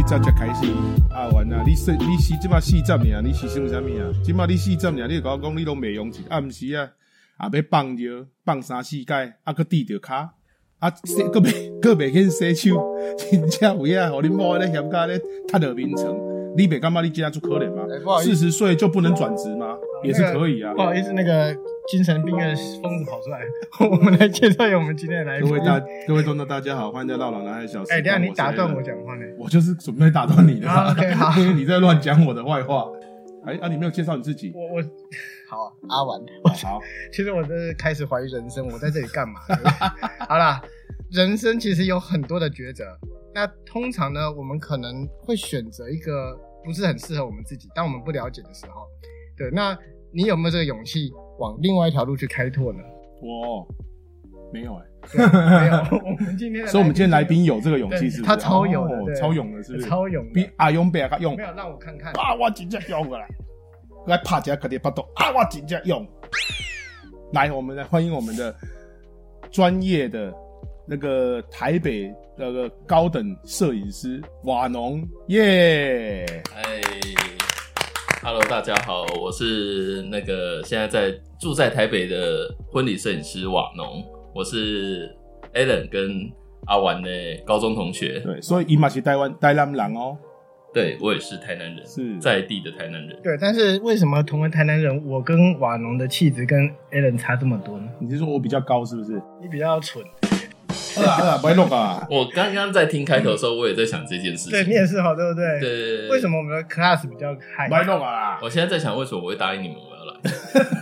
才开始啊完啊！你是即马4站尔，你是想啥物啊？即马你4站尔，你就甲我讲你拢袂用钱，啊毋是啊，啊要放着放3、4摆，啊佫滴着骹，啊佫袂肯洗手，真正有影，互恁某咧嫌甲咧踢到眠床，你袂感觉你这样就可怜吗？40岁就不能转职吗？也是可以啊。 不好意思，那个精神病院疯子跑出来，我们来介绍一下我们今天的来宾。 各位观众大家好，欢迎来到老男孩小时光。 等一下你打断我讲话呢？ 我就是准备打断你的。 OK， 好， 因为你在乱讲我的坏话。你没有介绍你自己。 我好，阿丸。 好， 其实我这是开始怀疑人生，我在这里干嘛？好啦，人生其实有很多的抉择。那通常呢，我们可能会选择一个不是很适合我们自己，当我们不了解的时候。对，那你有没有这个勇气往另外一条路去开拓呢？ 我没有没有。我们今天的， 所以我们今天来宾有这个勇气，是不是？ 他超有的， 超勇的，是不是？ 超勇的， 比阿勇比阿勇。 没有，让我看看。 啊，我真正勇过来，来拍一下自己的巴肚。啊，我真正勇。来，我们来欢迎我们的专业的那个台北那个高等摄影师瓦农耶。 Hello， 大家好，我是那个现在住在台北的婚礼摄影师瓦农，我是 Alan 跟阿丸的高中同学。 对，所以他也是台南人哦。 对，我也是台南人，是在地的台南人。 对，但是为什么同为台南人，我跟瓦农的气质跟 Alan 差这么多呢？ 你是说我比较高是不是？ 你比较蠢。 不要弄啊！ 我刚刚在听开头的时候，我也在想这件事情。 对，你也是好，对不对？ 对。 为什么我们的 class 比较嗨？ 不要弄啊！ 我现在在想，为什么我会答应你们我要来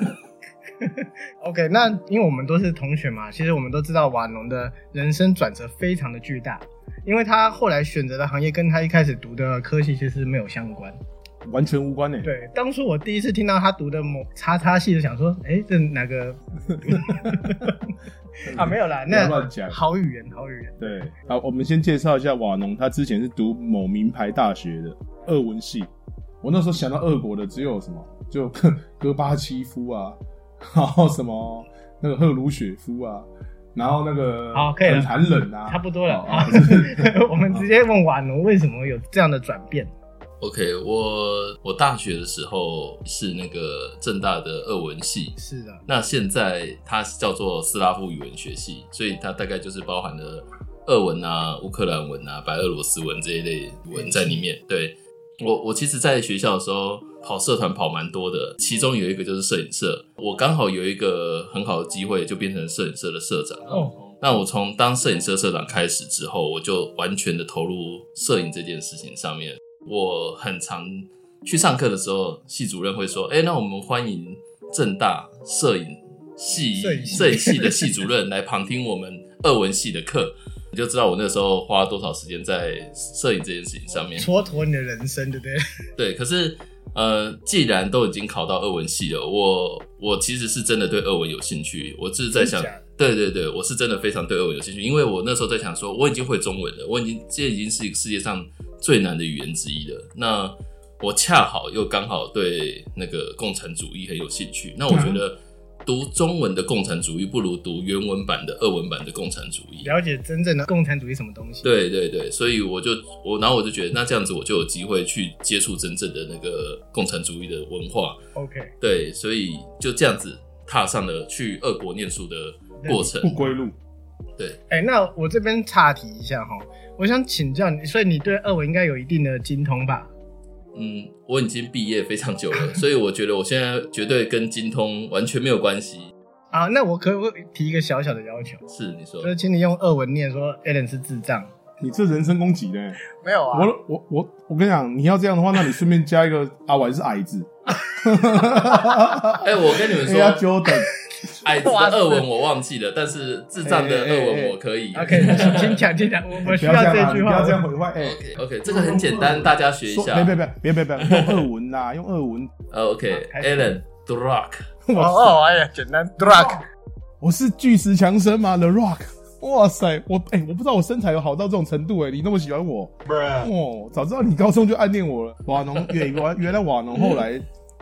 ？OK， 那因为我们都是同学嘛，其实我们都知道瓦农的人生转折非常的巨大，因为他后来选择的行业跟他一开始读的科系其实没有相关。 完全无关。 对，当初我第一次听到他读的某叉叉系，就想说，这哪个？啊，没有啦，那乱讲。 好语言。 对，好，我们先介绍一下瓦农，他之前是读某名牌大学的俄文系。我那时候想到俄国的只有什么，就戈巴契夫啊，然后什么那个赫鲁雪夫啊，然后那个好可以了， 很冷啊， 差不多了。我们直接问瓦农为什么有这样的转变。 OK， 我大学的时候是那个政大的俄文系， 是的。 那现在它叫做斯拉夫语文学系，所以它大概就是包含了俄文啊、乌克兰文啊、白俄罗斯文这一类文在里面。对，我其实在学校的时候跑社团跑蛮多的，其中有一个就是摄影社，我刚好有一个很好的机会就变成摄影社的社长。那我从当摄影社社长开始之后，我就完全的投入摄影这件事情上面。我很常去上课的时候，系主任会说：“那我们欢迎政大摄影系的系主任来旁听我们俄文系的课。”你就知道我那时候花了多少时间在摄影这件事情上面， 蹉跎你的人生，对不对？ 对，可是既然都已经考到俄文系了，我其实是真的对俄文有兴趣。我就是在想，对，我是真的非常对俄文有兴趣，因为我那时候在想说，我已经会中文了，这已经是一个世界上最难的语言之一了。那我恰好又刚好对那个共产主义很有兴趣，那我觉得读中文的共产主义不如读原文版的俄文版的共产主义， 了解真正的共产主义什么东西。 对，所以然后我就觉得，那这样子我就有机会去接触真正的那个共产主义的文化。 OK， 对，所以就这样子踏上了去俄国念书的过程， 不归路。 对， 那我这边岔题一下哈，我想请教你，所以你对俄文应该有一定的精通吧？ 我已经毕业非常久了，所以我觉得我现在绝对跟精通完全没有关系。 啊，那我可不可以提一个小小的要求？ 是，你说， 就是请你用俄文念说 Alan 是智障。 你这人身攻击呢？ 没有啊， 我跟你讲，你要这样的话，那你顺便加一个阿丸是矮子。 我跟你们说 ，Jordan。 矮子的俄文我忘记了，但是智障的俄文我可以。 OK， 请讲，我需要这句话。 不要这样毁坏。 OK， 这个很简单，大家学一下。 别，用俄文啦，用俄文。 OK，Alan Drak。 哎呀，简单 Drak。 我是巨石强森嘛 ，The Rock。哇塞，我不知道我身材有好到这种程度你那么喜欢我。早知道你高中就暗恋我了。瓦农原来瓦农后来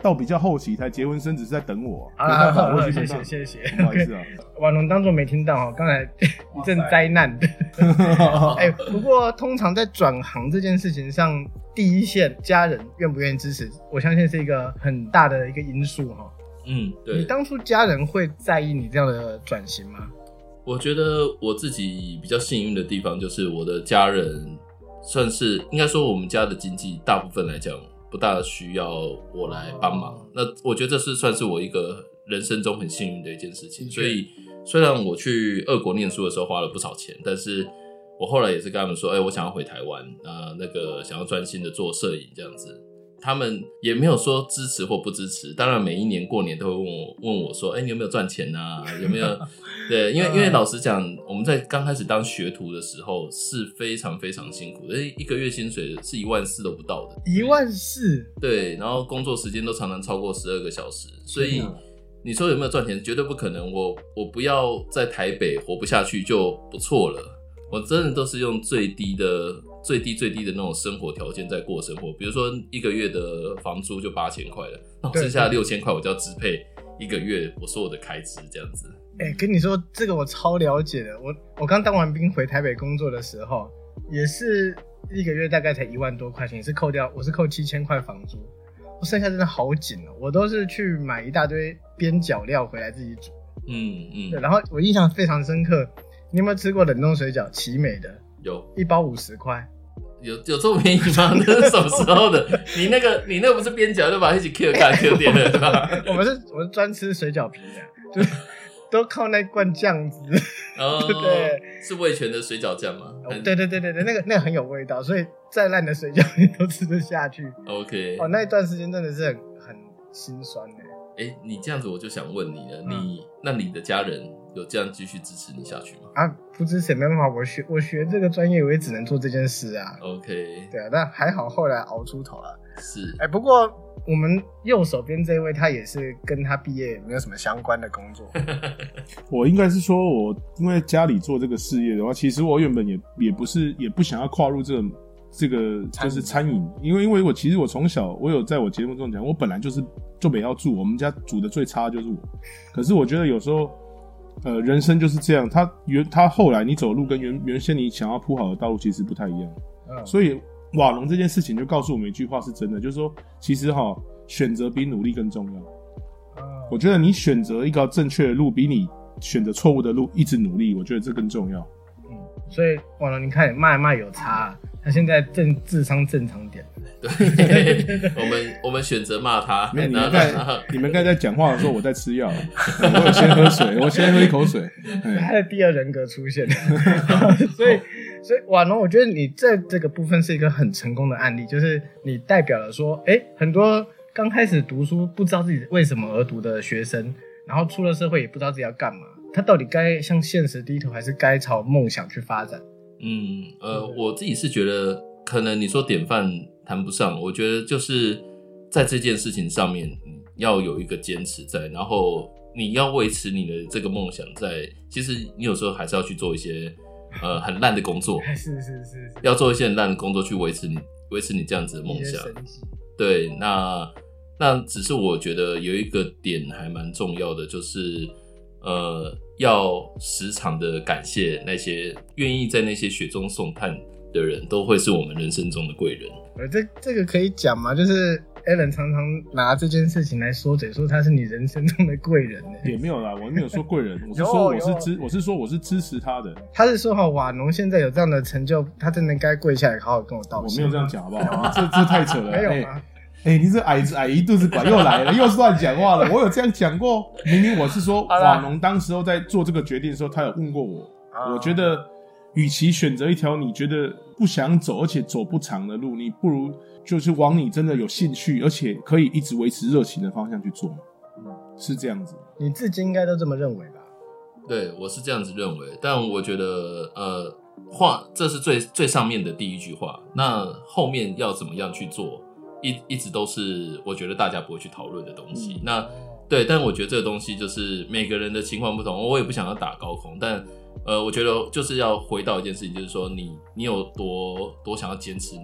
到比较后期才结婚生子，是在等我。 好了， 好了， 谢谢， 不好意思啊。 婉龙当作没听到哈，刚才一阵灾难。不过通常在转行这件事情上，第一线家人愿不愿意支持，我相信是一个很大的一个因素哈。 对。 你当初家人会在意你这样的转型吗？ 我觉得我自己比较幸运的地方就是我的家人算是应该说我们家的经济大部分来讲不大需要我来帮忙，那我觉得这是算是我一个人生中很幸运的一件事情。所以虽然我去俄国念书的时候花了不少钱，但是我后来也是跟他们说我想要回台湾那个想要专心的做摄影这样子，他们也没有说支持或不支持，当然每一年过年都会问我说你有没有赚钱啊，有没有对，因为老实讲我们在刚开始当学徒的时候是非常非常辛苦的，一个月薪水是14000都不到的 14000， 对，然后工作时间都常常超过12个小时，所以你说有没有赚钱绝对不可能，我不要在台北活不下去就不错了，我真的都是用最低的那种生活条件在过生活，比如说一个月的房租就8000块了，那我剩下6000块我就要支配一个月我所有的开支这样子。 跟你说这个我超了解的，我刚当完兵回台北工作的时候，也是一个月大概才1万多块钱，我是扣7000块房租，我剩下真的好紧哦，我都是去买一大堆边角料回来自己煮。对，然后我印象非常深刻，你有没有吃过冷冻水饺？奇美的有 ，1包50块。 有这么便宜吗？那是什么时候的？你那个不是边角就把它一起 Q 掉了对吧？ 我是专吃水饺皮的，就都靠那罐酱汁。对， 是味全的水饺酱吗？ 对，那个很有味道，所以再烂的水饺你都吃得下去。 OK， 那一段时间真的是很心酸的。 你这样子我就想问你了，那你的家人有这样继续支持你下去吗？ 不支持也没办法，我学这个专业我也只能做这件事啊。 OK， 对啊，但还好后来熬出头了。 是， 不过我们右手边这位他也是跟他毕业没有什么相关的工作。 我应该是说我因为家里做这个事业的话，其实我原本也不想要跨入这个就是餐饮，因为我其实我从小我有在我节目中讲，我本来就没要住，我们家煮的最差的就是我。可是我觉得有时候人生就是这样，他后来你走路跟原先你想要铺好的道路其实不太一样。所以瓦农这件事情就告诉我们一句话是真的，就是说其实选择比努力更重要。我觉得你选择一个正确的路比你选择错误的路一直努力，我觉得这更重要。 所以瓦农你看骂有差他现在智商正常点。 对，我们选择骂他。 没有，你们刚才在讲话的时候，我在吃药，我先喝水，我先喝一口水。 他的第二人格出现。所以瓦农，我觉得你这个部分是一个很成功的案例，就是你代表了说，很多刚开始读书不知道自己为什么而读的学生，然后出了社会也不知道自己要干嘛，他到底该向现实低头，还是该朝梦想去发展？ 我自己是觉得，可能你说典范谈不上，我觉得就是在这件事情上面要有一个坚持在，然后你要维持你的这个梦想在。其实你有时候还是要去做一些很烂的工作， 是， 要做一些很烂的工作去维持你这样子的梦想。对，那只是我觉得有一个点还蛮重要的，就是要时常的感谢那些愿意在那些雪中送炭的人，都会是我们人生中的贵人。 这个可以讲吗？就是 Alan 常常拿这件事情来说嘴，说他是你人生中的贵人。 也没有啦，我没有说贵人，我是说我是支持他的。 他是说瓦农现在有这样的成就，他真的该跪下来好好跟我道歉。 我没有这样讲好不好？这太扯了。 没有吗？ 你这矮一肚子管又来了，又是乱讲话了。我有这样讲过？明明我是说瓦农当时候在做这个决定的时候，他有问过我。我觉得与其选择一条你觉得不想走而且走不长的路，你不如就是往你真的有兴趣而且可以一直维持热情的方向去做。是这样子。你至今应该都这么认为吧？ 对，我是这样子认为。但我觉得这是最上面的第一句话，那后面要怎么样去做一直都是我觉得大家不会去讨论的东西。那对，但我觉得这个东西就是每个人的情况不同，我也不想要打高空，但我觉得就是要回到一件事情，就是说你有多想要坚持你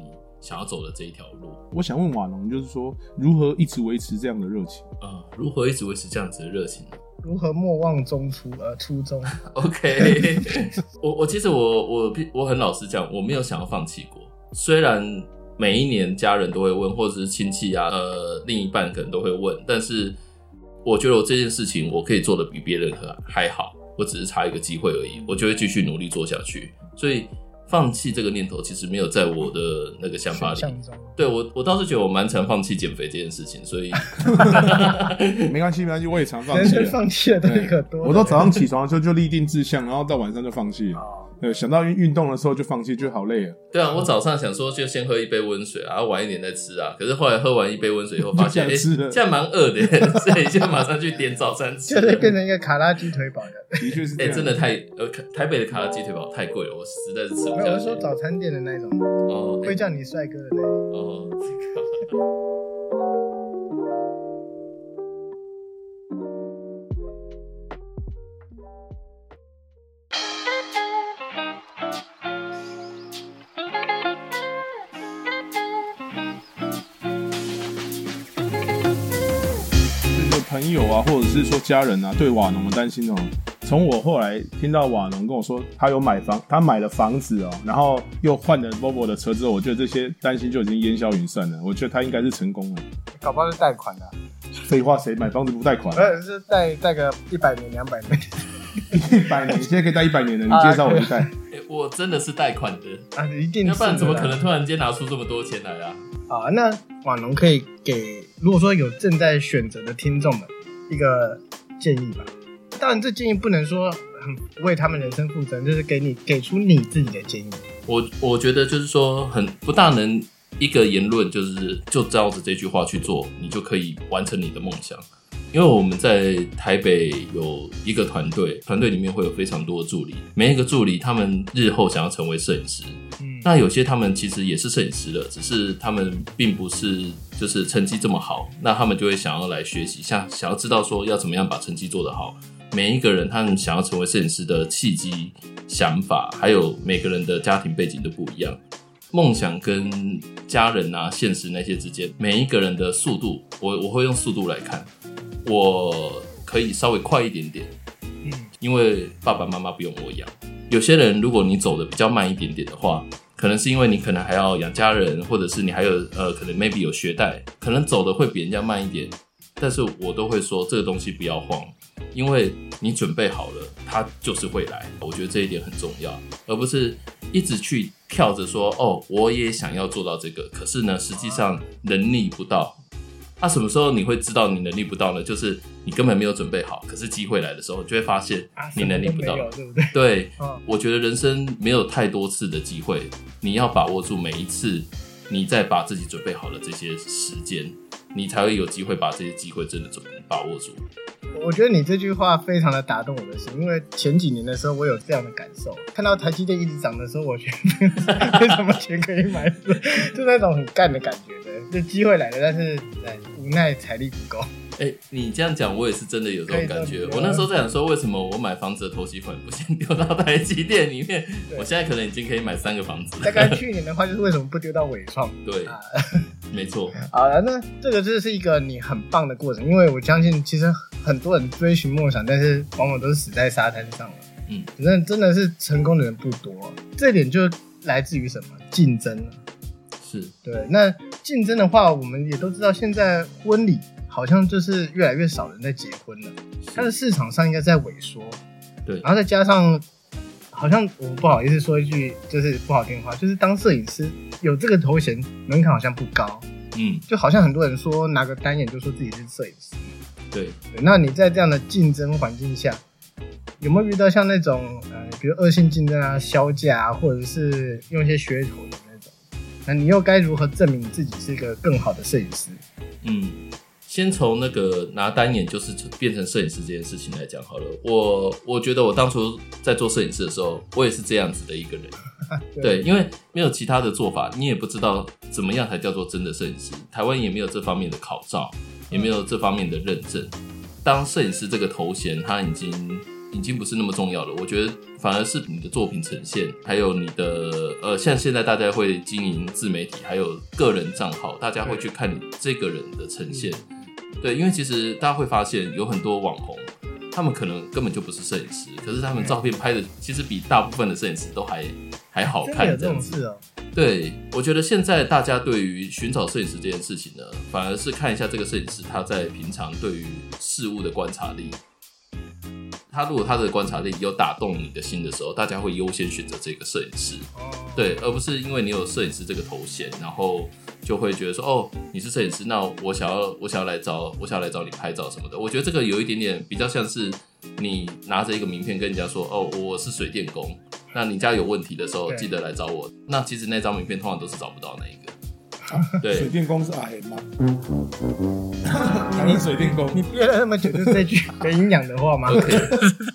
想要走的这一条路。 我想问瓦农，就是说如何一直维持这样的热情？ 如何一直维持这样子的热情呢？ 如何莫忘初衷 ？OK， 我其实我很老实讲，我没有想要放弃过。虽然每一年家人都会问，或者是亲戚啊，另一半可能都会问，但是我觉得我这件事情我可以做得比别人还好，我只是差一个机会而已，我就会继续努力做下去。所以放弃这个念头其实没有在我的那个想法里。对，我倒是觉得我蛮常放弃减肥这件事情，所以没关系，我也常放弃。 人放弃的东西可多了。 我都早上起床的时候就立定志向，然后到晚上就放弃了。对，想到运动的时候就放弃，就好累了。 对啊，我早上想说就先喝一杯温水啊，晚一点再吃啊。可是后来喝完一杯温水以后，发现这样蛮饿的，所以就马上去点早餐吃， 就是变成一个卡拉鸡腿堡的。 的确是这样。 真的台北的卡拉鸡腿堡太贵了，我实在是吃不下去。 我是说早餐店的那种，会叫你帅哥的那种。 朋友啊，或者是说家人啊，对瓦农的担心哦。从我后来听到瓦农跟我说他有他买了房子哦，然后又换了 Volvo 的车之后，我觉得这些担心就已经烟消云散了。我觉得他应该是成功了。 搞不好是贷款的。 废话，谁买房子不贷款？ 是贷个100年、200年。 100年，现在可以贷100年了，你介绍我去贷。 我真的是贷款的啊，一定是， 要不然怎么可能突然间拿出这么多钱来啊？ 那瓦农可以给如果说有正在选择的听众们一个建议吧。当然，这建议不能说很为他们人生负责，就是给出你自己的建议。 我觉得就是说，不大能一个言论就照着这句话去做，你就可以完成你的梦想。因为我们在台北有一个团队里面会有非常多的助理，每一个助理他们日后想要成为摄影师，那有些他们其实也是摄影师了，只是他们并不是就是成绩这么好，那他们就会想要来学习，想要知道说要怎么样把成绩做得好。每一个人他们想要成为摄影师的契机、想法，还有每个人的家庭背景都不一样。梦想跟家人啊、现实那些之间，每一个人的速度，我会用速度来看。我可以稍微快一点点，因为爸爸妈妈不用我养。有些人如果你走的比较慢一点点的话，可能是因为你可能还要养家人，或者是你还有可能 maybe 有学贷，可能走的会比人家慢一点。但是我都会说这个东西不要慌，因为你准备好了，它就是会来。我觉得这一点很重要，而不是一直去跳着说我也想要做到这个，可是呢实际上能力不到。什么时候你会知道你能力不到呢？就是你根本没有准备好，可是机会来的时候，你就会发现你能力不到， 对不对？ 对，我觉得人生没有太多次的机会，你要把握住每一次，你再把自己准备好了这些时间，你才会有机会把这些机会真的把握住。 我觉得你这句话非常的打动我的心，因为前几年的时候我有这样的感受，看到台积电一直涨的时候，我觉得没什么钱可以买，就那种很干的感觉的，就机会来了，但是无奈财力不够。 你这样讲，我也是真的有这种感觉。我那时候在想说，为什么我买房子的头期款不先丢到台积电里面？我现在可能已经可以买3个房子。 大概去年的话，就是为什么不丢到伟创？ 对，没错。 好了，那这个就是一个你很棒的过程，因为我相信其实很多人追寻梦想，但是往往都是死在沙滩上了。真的是成功的人不多，这点就来自于什么？竞争了。 是， 对。那竞争的话，我们也都知道，现在婚礼好像就是越来越少人在结婚了，它的市场上应该在萎缩。 对， 然后再加上，好像我不好意思说一句就是不好听的话，就是当摄影师有这个头衔门槛好像不高。就好像很多人说拿个单眼就说自己是摄影师。对，那你在这样的竞争环境下，有没有遇到像那种比如恶性竞争啊、销价啊，或者是用一些噱头的那种？那你又该如何证明你自己是一个更好的摄影师？ 先从那个拿单眼就是变成摄影师这件事情来讲好了。我觉得我当初在做摄影师的时候，我也是这样子的一个人。对，因为没有其他的做法，你也不知道怎么样才叫做真的摄影师。台湾也没有这方面的考照，也没有这方面的认证。当摄影师这个头衔，它已经已经不是那么重要了。我觉得反而是你的作品呈现，还有你的像现在大家会经营自媒体，还有个人账号，大家会去看你这个人的呈现。对，因为其实大家会发现有很多网红，他们可能根本就不是摄影师，可是他们照片拍的其实比大部分的摄影师都还好看，这样子。 真的有这种事哦。 对，我觉得现在大家对于寻找摄影师这件事情呢，反而是看一下这个摄影师他在平常对于事物的观察力。他如果他的观察力有打动你的心的时候，大家会优先选择这个摄影师，对，而不是因为你有摄影师这个头衔，然后就会觉得说，哦，你是摄影师，那我想要来找你拍照什么的。我觉得这个有一点点比较像是你拿着一个名片跟人家说，哦，我是水电工，那你家有问题的时候记得来找我。那其实那张名片通常都是找不到那一个。对， 水电工是阿贤吗？他是水电工。 你憋了那么久，就是这句没营养的话吗？ OK。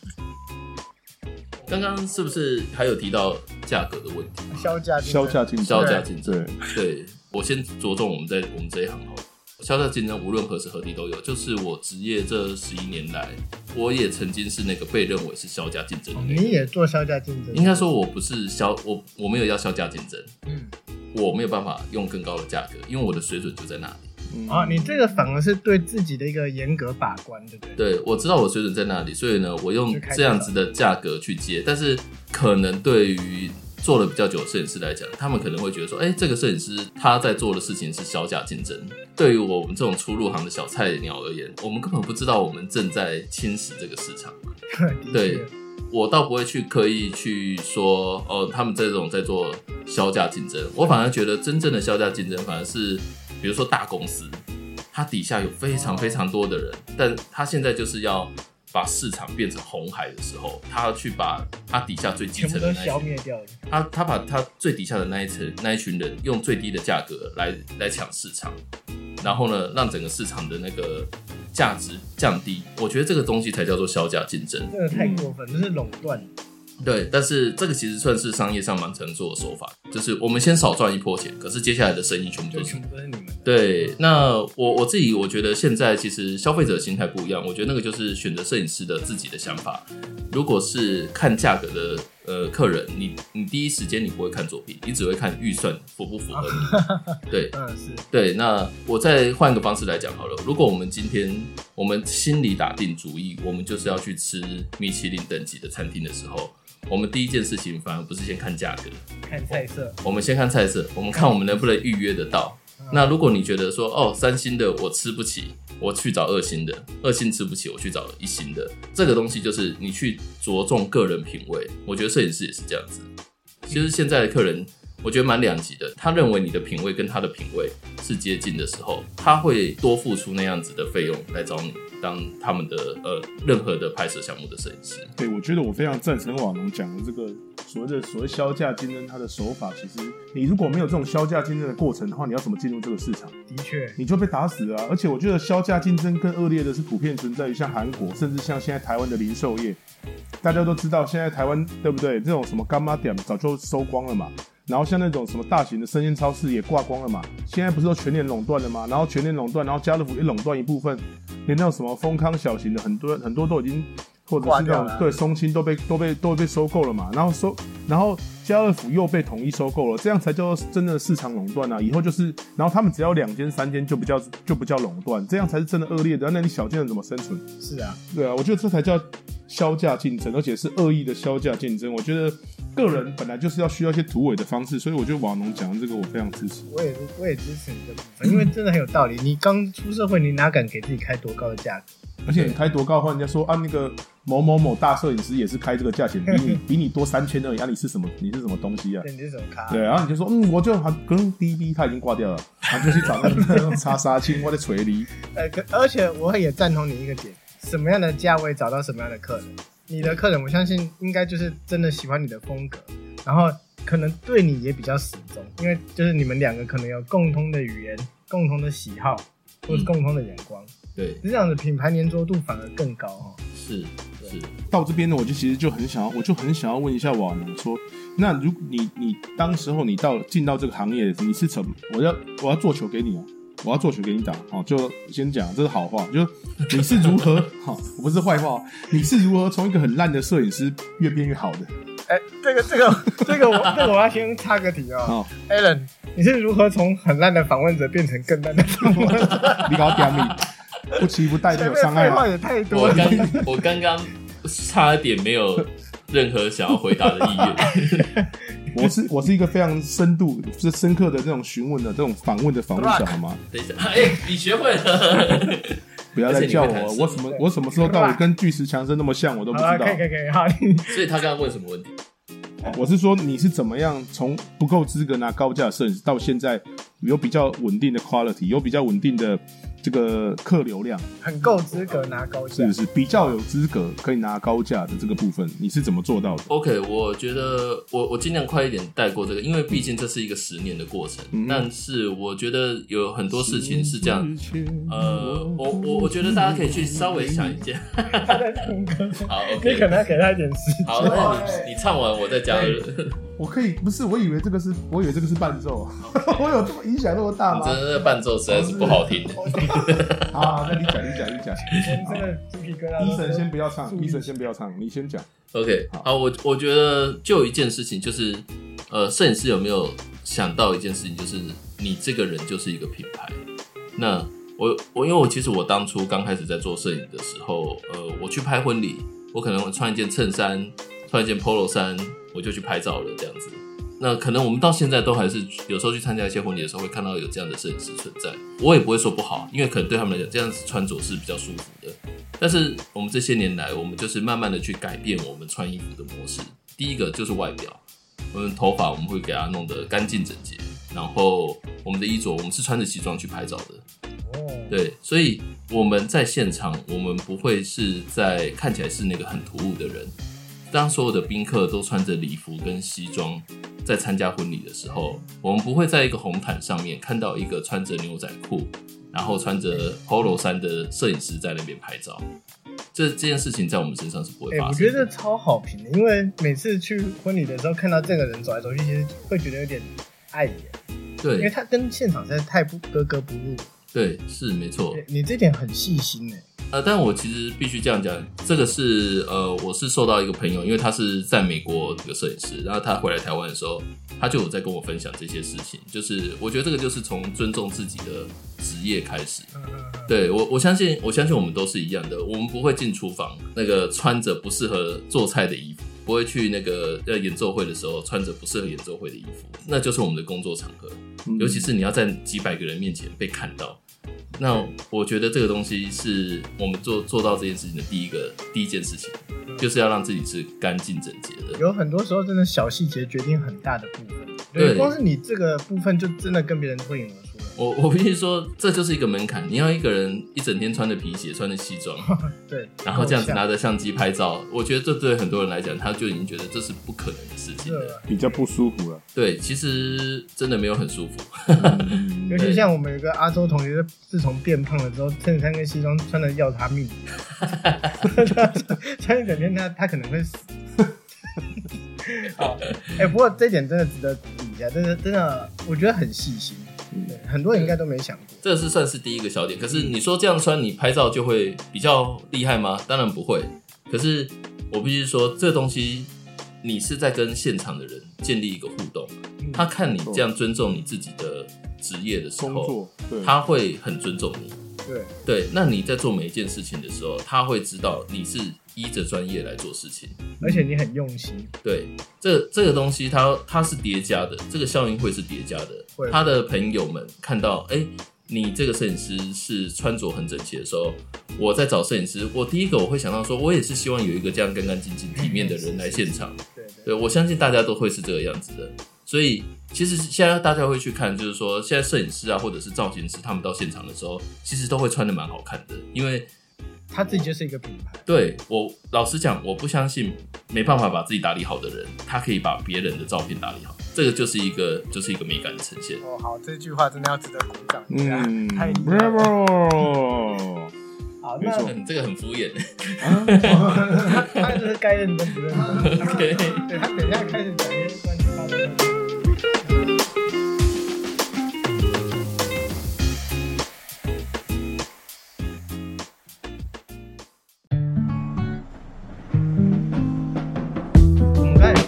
刚刚是不是还有提到价格的问题？ 销价竞争。对，我先着重我们这一行好了。销价竞争无论何时何地都有，就是我职业这11年来，我也曾经是那个被认为是销价竞争的那个。 你也做销价竞争？ 应该说我不是我没有要销价竞争，我没有办法用更高的价格，因为我的水准就在那里。 你这个反而是对自己的一个严格把关，对不对？ 对，我知道我水准在那里，所以呢，我用这样子的价格去接，但是可能对于做了比较久的摄影师来讲，他们可能会觉得说，这个摄影师他在做的事情是销价竞争。对于我们这种初入行的小菜鸟而言，我们根本不知道我们正在侵蚀这个市场。对，我倒不会去刻意去说，他们这种在做销价竞争。我反而觉得真正的销价竞争，反而是比如说大公司，它底下有非常非常多的人，但他现在就是要把市场变成红海的时候，他要去把他底下最基层的那一群全部都消灭掉了。 他把他最底下的那一群人用最低的价格来抢市场，然后呢，让整个市场的那个价值降低。我觉得这个东西才叫做销价竞争， 真的太过分，这是垄断。 对，但是这个其实算是商业上蛮常做的手法，就是我们先少赚一波钱，可是接下来的生意全部都是你们。 对，那我自己我觉得现在其实消费者的心态不一样，我觉得那个就是选择摄影师的自己的想法。如果是看价格的客人，你第一时间你不会看作品，你只会看预算符不符合你。对， 是。 对，那我再换个方式来讲好了，如果我们今天我们心里打定主意，我们就是要去吃米其林等级的餐厅的时候，我们第一件事情反而不是先看价格， 看菜色。我们先看菜色，我们看我们能不能预约得到。那如果你觉得说3星的我吃不起，我去找2星的，2星吃不起，我去找1星的。这个东西就是你去着重个人品味。我觉得摄影师也是这样子。其实现在的客人，我觉得蛮两极的。他认为你的品味跟他的品味是接近的时候，他会多付出那样子的费用来找你当他们的任何的拍摄项目的摄影师。 对，我觉得我非常赞成瓦农讲的这个所谓销价竞争，它的手法其实你如果没有这种销价竞争的过程的话，你要怎么进入这个市场？ 的确， 你就被打死了啊！而且我觉得销价竞争更恶劣的是普遍存在于像韩国，甚至像现在台湾的零售业。大家都知道，现在台湾对不对？这种什么干妈店早就收光了嘛。然后像那种什么大型的生鲜超市也挂光了嘛，现在不是都全年垄断了吗？然后全年垄断，然后家乐福也垄断一部分，连那种什么丰康小型的很多都已经，或者是那种对松青都被收购了嘛。然后家乐福又被统一收购了，这样才叫真的市场垄断啊！以后就是，然后他们只要2间3间就不叫垄断，这样才是真的恶劣的。那你小间人怎么生存？ 是啊， 对啊，我觉得这才叫销价竞争，而且是恶意的销价竞争。我觉得个人本来就是要需要一些突围的方式，所以我觉得瓦农讲的这个我非常支持。 我也支持你的部分，因为真的很有道理。你刚出社会，你哪敢给自己开多高的价格？ 而且你开多高的话，人家说那个某某某大摄影师也是开这个价钱，比你多3000而已。你是什么？你是什么东西啊？ 对，你是什么咖？ 对，然后你就说我就可能 DB 他已经挂掉了，然后就去找那个叉杀青或者锤梨。 而且我也赞同你一个点，什么样的价位找到什么样的客人。你的客人，我相信应该就是真的喜欢你的风格，然后可能对你也比较始终，因为就是你们2个可能有共通的语言、共同的喜好或者共同的眼光。 对， 这样的品牌粘着度反而更高哈。 是。 到这边呢，我就很想要问一下瓦农说，那如果你当时候你进到这个行业，你是我要做球给你我要作曲给你打，就先讲这是好话，就你是如何我不是坏话，你是如何从一个很烂的摄影师越变越好的？ 这个我要先插个题哦。Alan， 你是如何从很烂的访问者变成更烂的访问者？ 你搞点名，不期不待就有伤害废话也太多了。 我刚刚差一点没有任何想要回答的意愿。 我是一个非常深刻的这种询问的这种访问者好吗？ 等一下，你学会了。 不要再叫我什么时候到底跟巨石强森那么像，我都不知道。 可以，好。 所以他刚刚问什么问题？ 我是说你是怎么样从不够资格拿高价的摄影师到现在有比较稳定的 quality， 有比较稳定的这个客流量， 很够资格拿高价， 是不是比较有资格可以拿高价的这个部分，你是怎么做到的 ？OK， 我觉得我尽量快一点带过这个，因为毕竟这是一个10年的过程。但是我觉得有很多事情是这样，我觉得大家可以去稍微想一下。 他在听歌， 好 ，OK， 你可能要给他一点时间。 好，那你唱完我再加入。 我可以不是，我以为这个是伴奏，我有这么影响那么大吗？ 真的伴奏实在是不好听。 好，那你讲。 真的鸡皮疙瘩。 医生先不要唱，你先讲。 OK， 好，我觉得就有一件事情就是，摄影师有没有想到一件事情，就是你这个人就是一个品牌。那因为我其实我当初刚开始在做摄影的时候，我去拍婚礼，我可能穿一件衬衫，穿一件 polo 衫，我就去拍照了这样子。那可能我们到现在都还是有时候去参加一些婚礼的时候，会看到有这样的摄影师存在。我也不会说不好，因为可能对他们来讲，这样子穿着是比较舒服的。但是我们这些年来，我们就是慢慢的去改变我们穿衣服的模式。第一个就是外表，我们头发我们会给它弄得干净整洁，然后我们的衣着，我们是穿着西装去拍照的。对，所以我们在现场，我们不会是在看起来是那个很突兀的人。当所有的宾客都穿着礼服跟西装在参加婚礼的时候，我们不会在一个红毯上面看到一个穿着牛仔裤然后穿着 polo 衫的摄影师在那边拍照。这件事情在我们身上是不会发生的。 我觉得超好评的，因为每次去婚礼的时候看到这个人走来走去，其实会觉得有点碍眼。 对，因为他跟现场实在太格格不入。 对，是没错。 你这点很细心耶。 但我其实必须这样讲，这个是我是受到一个朋友，因为他是在美国的摄影师，然后他回来台湾的时候，他就有在跟我分享这些事情。就是我觉得这个就是从尊重自己的职业开始。对，我相信我们都是一样的，我们不会进厨房那个穿着不适合做菜的衣服，不会去那个演奏会的时候穿着不适合演奏会的衣服，那就是我们的工作场合。尤其是你要在几百个人面前被看到。那我觉得这个东西是我们做到这件事情的第一件事情，就是要让自己是干净整洁的。 有很多时候真的小细节决定很大的部分，对，光是你这个部分就真的跟别人脱颖而出了。 我必须说，这就是一个门槛。你要一个人一整天穿着皮鞋、穿着西装， 对， 然后这样子拿着相机拍照，我觉得这对很多人来讲，他就已经觉得这是不可能的事情了， 比较不舒服了。 对，其实真的没有很舒服。 尤其像我们有个阿周同学，自从变胖了之后，衬衫跟西装穿的要他命，穿一整天他可能会死。好，不过这点真的值得提一下，真的，我觉得很细心。很多人应该都没想过， 这是算是第一个小点。可是你说这样穿，你拍照就会比较厉害吗？当然不会。可是我必须说，这东西你是在跟现场的人建立一个互动，他看你这样尊重你自己的职业的时候，他会很尊重你。对，那你在做每一件事情的时候，他会知道你是依着专业来做事情， 而且你很用心。 对，这个东西它是叠加的，这个效应会是叠加的。他的朋友们看到，你这个摄影师是穿着很整齐的时候，我在找摄影师，我第一个我会想到说，我也是希望有一个这样干干净净、体面的人来现场。对，我相信大家都会是这个样子的。所以其实现在大家会去看，就是说现在摄影师啊，或者是造型师，他们到现场的时候，其实都会穿得蛮好看的，因为他自己就是一个品牌。 对，我老实讲，我不相信没办法把自己打理好的人，他可以把别人的照片打理好，这个就是一个美感的呈现。 好，这句话真的要值得鼓掌一下，太厉害了。好，那这个很敷衍。 他就是该认真不认真。 OK， 对，他等一下开始讲一些乱七八糟的。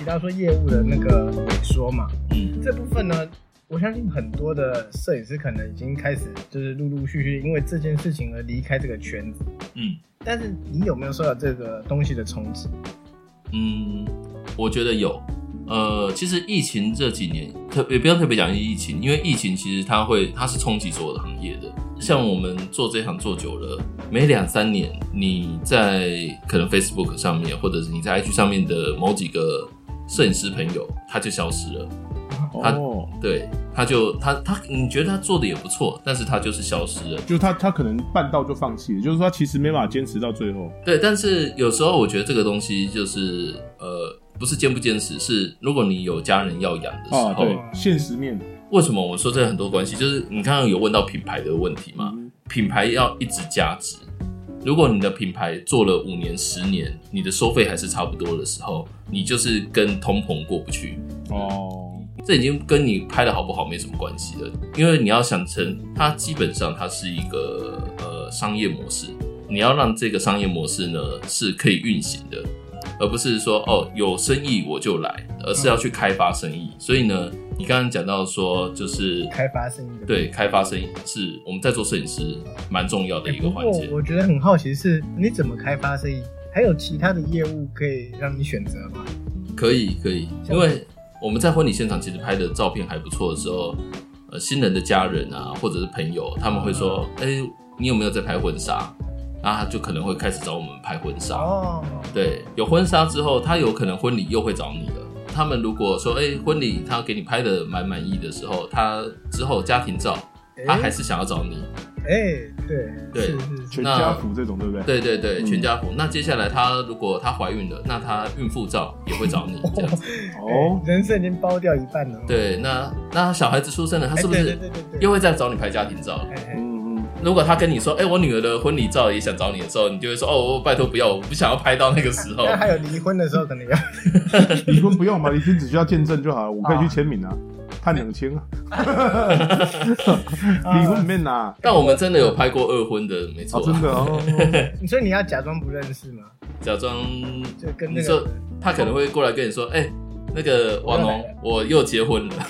刚刚说业务的那个萎缩嘛，这部分呢，我相信很多的摄影师可能已经开始就是陆陆续续因为这件事情而离开这个圈子，但是你有没有受到这个东西的冲击？ 我觉得有。其实疫情这几年，也不要特别讲疫情，因为疫情其实它是冲击所有的行业的。像我们做这行做久了，每2-3年，你在可能 Facebook 上面，或者是你在 IG 上面的某几个摄影师朋友，他就消失了。对，你觉得他做的也不错，但是他就是消失了。 就他可能半道就放弃了，就是说他其实没办法坚持到最后。 对，但是有时候我觉得这个东西就是不是坚不坚持，是如果你有家人要养的时候， 对，现实面。 为什么我说这很多关系？就是你刚刚有问到品牌的问题嘛，品牌要一直加值。如果你的品牌做了5年、10年，你的收费还是差不多的时候，你就是跟通膨过不去。这已经跟你拍的好不好没什么关系了，因为你要想成它基本上它是一个商业模式，你要让这个商业模式呢是可以运行的，而不是说有生意我就来，而是要去开发生意。所以呢，你刚刚讲到说就是开发生意的， 对，开发生意是我们在做摄影师蛮重要的一个环节。 不过我觉得很好奇是你怎么开发生意？还有其他的业务可以让你选择吗？ 可以，因为我们在婚礼现场其实拍的照片还不错的时候，新人的家人啊，或者是朋友，他们会说，你有没有在拍婚纱？然后他就可能会开始找我们拍婚纱。对，有婚纱之后，他有可能婚礼又会找你了。他们如果说，婚礼他给你拍的蛮满意的时候，他之后家庭照，他还是想要找你。 对，是全家福这种，对不对？ 对，全家福。那接下来如果她怀孕了，那她孕妇照也会找你这样子。 人生已经包掉一半了。 对，那小孩子出生了，他是不是又会再找你拍家庭照？如果他跟你说，我女儿的婚礼照也想找你的时候，你就会说，拜托不要，我不想要拍到那个时候。 那还有离婚的时候可能要。 离婚不用嘛，离婚只需要见证就好了，我可以去签名啊。判2000离婚里面拿。 但我们真的有拍过2婚的，没错。 真的哦。 所以你要假装不认识吗？ 假装就跟你说，他可能会过来跟你说，那个王龙，我又结婚了。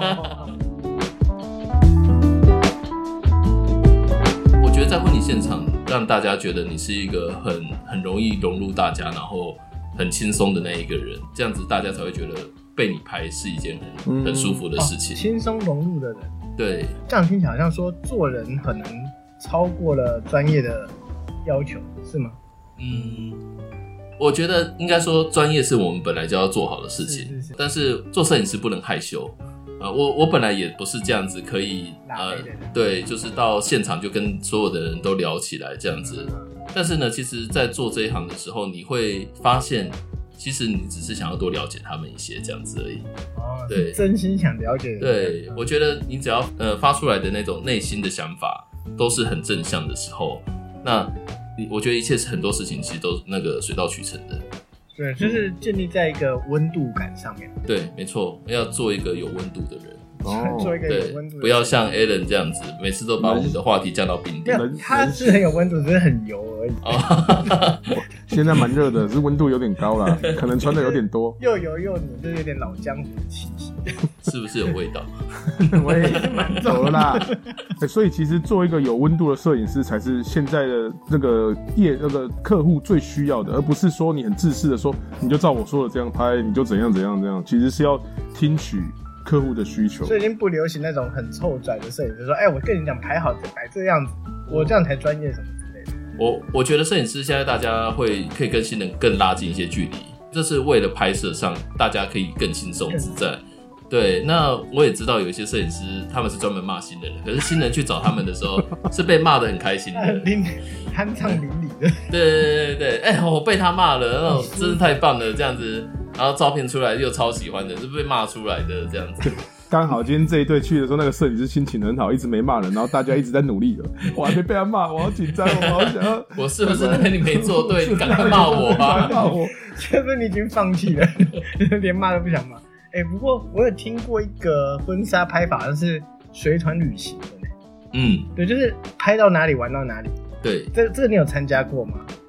我觉得在婚礼现场，让大家觉得你是一个很容易融入大家，然后很轻松的那一个人，这样子大家才会觉得被你拍是一件很舒服的事情。 轻松融入的人， 对， 这样听起来好像说做人可能超过了专业的要求，是吗？ 我觉得应该说专业是我们本来就要做好的事情，是但是做摄影师不能害羞。我本来也不是这样子可以对，就是到现场就跟所有的人都聊起来这样子。但是呢，其实在做这一行的时候，你会发现其实你只是想要多了解他们一些这样子而已。对， 真心想了解。 对，我觉得你只要发出来的那种内心的想法都是很正向的时候，那我觉得一切很多事情其实都那个水到渠成的。 对，就是建立在一个温度感上面。 对，没错，要做一个有温度的人。 做一个有温度的人， 不要像 Alan 这样子，每次都把我们的话题降到冰点。 他是很有温度，只是很油而已。 现在蛮热的，是温度有点高啦，可能穿的有点多， 又油又黏，就有点老江湖的气息。 是不是有味道？ 我也是蛮走了啦。所以其实做一个有温度的摄影师，才是现在的那个客户最需要的，而不是说你很自私的说，你就照我说的这样拍，你就怎样怎样怎样。其实是要听取客户的需求。 所以已经不流行那种很臭拽的摄影师说，我跟你讲排好摆这样子，我这样才专业什么之类的。 我觉得摄影师现在大家可以跟新人更拉近一些距离，这是为了拍摄上大家可以更轻松自在。对，那我也知道有一些摄影师他们是专门骂新人的，可是新人去找他们的时候是被骂得很开心的， 酣畅淋漓的。 对，我被他骂了，那种真是太棒了，这样子，然后照片出来又超喜欢的，是被骂出来的这样子。 刚好今天这一对去的时候，那个摄影师心情很好，一直没骂人，然后大家一直在努力了。我还没被他骂，我好紧张，我好想要。 我是不是跟你没做对？你赶快骂我吧！ 骂我，是不是你已经放弃了，连骂都不想骂？不过我有听过一个婚纱拍法，就是随团旅行的呢。对，就是拍到哪里玩到哪里。 对， 这个你有参加过吗？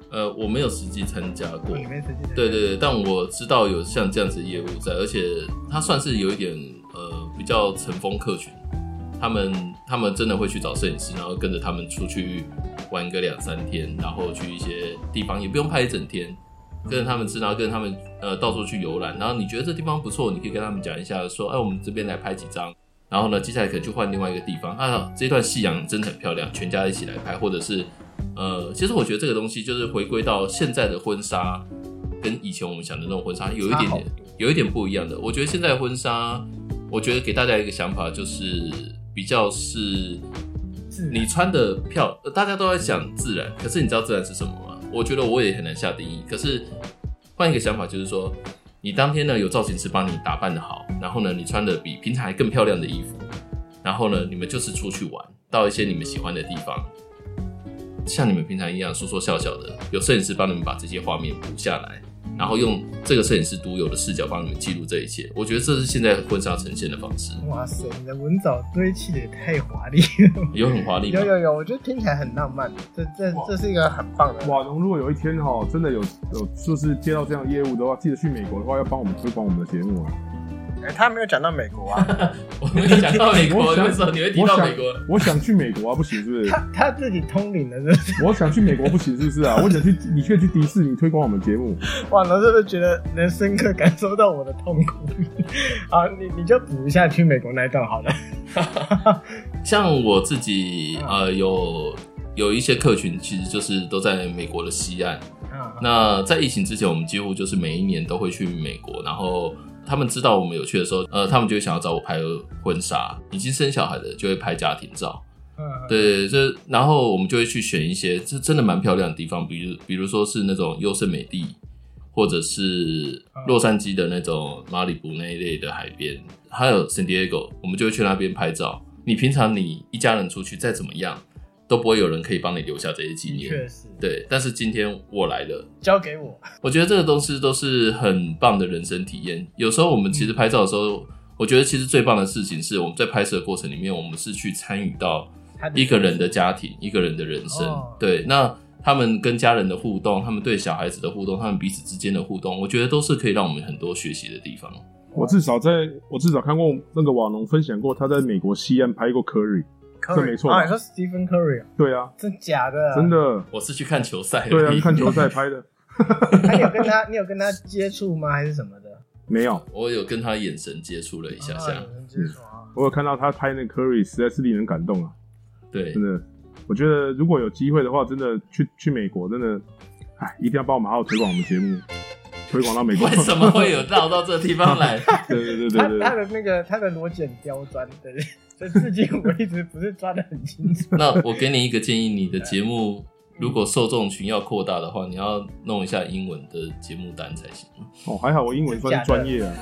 我没有实际参加过， 你没实际参加对对对，但我知道有像这样子的业务在，而且它算是有一点比较乘风客群，他们真的会去找摄影师，然后跟着他们出去玩个2-3天，然后去一些地方也不用拍一整天，跟着他们吃，然后跟着他们到处去游览，然后你觉得这地方不错，你可以跟他们讲一下说，我们这边来拍几张。然后呢，接下来可能就换另外一个地方。这段夕阳真的很漂亮，全家一起来拍，或者是其实我觉得这个东西就是回归到现在的婚纱，跟以前我们想的那种婚纱有一点不一样的。我觉得现在的婚纱，我觉得给大家一个想法就是比较是你穿的大家都在讲自然，可是你知道自然是什么吗？我觉得我也很难下定义。可是换一个想法就是说。你当天呢有造型师帮你打扮的好，然后呢你穿的比平常还更漂亮的衣服，然后呢你们就是出去玩，到一些你们喜欢的地方，像你们平常一样说说笑笑的，有摄影师帮你们把这些画面捕下来，然后用这个摄影师独有的视角帮你们记录这一切。我觉得这是现在婚纱呈现的方式。 哇塞，你的文藻堆砌的也太华丽了， 有很华丽吗？ 有，我觉得听起来很浪漫。这是一个很棒的。 瓦农如果有一天真的有就是接到这样的业务的话，记得去美国的话要帮我们推广我们的节目啊。 他没有讲到美国啊， 我没有讲到美国，为什么你会提到美国？ 我想去美国啊，不行是不是？ 他自己通灵了是不是？ 我想去美国不行是不是啊？我想去，你可以去迪士尼推广我们节目。 哇，我是不是觉得能深刻感受到我的痛苦？好，你就补一下去美国那一段好了。 像我自己有一些客群，其实就是都在美国的西岸。那在疫情之前，我们几乎就是每一年都会去美国，然后他们知道我们有去的时候，他们就会想要找我拍婚纱，已经生小孩的就会拍家庭照。对，然后我们就会去选一些这真的蛮漂亮的地方，比如说是那种优胜美地，或者是洛杉矶的那种马里布那一类的海边，还有 San Diego， 我们就会去那边拍照。你平常你一家人出去再怎么样，都不会有人可以帮你留下这些纪念。 确实， 对。但是今天我来了， 交给我。 我觉得这个东西都是很棒的人生体验。有时候我们其实拍照的时候，我觉得其实最棒的事情是我们在拍摄的过程里面，我们是去参与到一个人的家庭，一个人的人生。对，那他们跟家人的互动，他们对小孩子的互动，他们彼此之间的互动，我觉得都是可以让我们很多学习的地方。 我至少看过那个瓦农分享过，他在美国西岸拍过 Curry， 这没错。 你说 Stephen Curry 啊？ 对啊， 真假的？ 真的， 我是去看球赛。 对啊，看球赛拍的。 你有跟他接触吗？还是什么的？ 没有， 我有跟他眼神接触了一下下。 我有看到他拍那个 Curry， 实在是令人感动啊。 对， 真的，我觉得如果有机会的话，真的去美国，真的，一定要帮我们好好推广我们节目。推广到美国， 为什么会有绕到这个地方来？ 对， 他的螺剪刁钻，对，所以至今我一直不是抓得很清楚。 那我给你一个建议，你的节目如果受众群要扩大的话，你要弄一下英文的节目单才行。 还好我英文算是专业啊。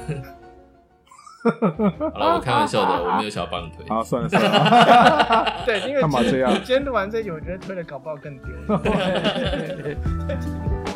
好了，我开玩笑的，我没有想要帮你推。 好，算了。 对，因为干嘛这样？ 今天录完这集，我觉得推的搞不好更丢。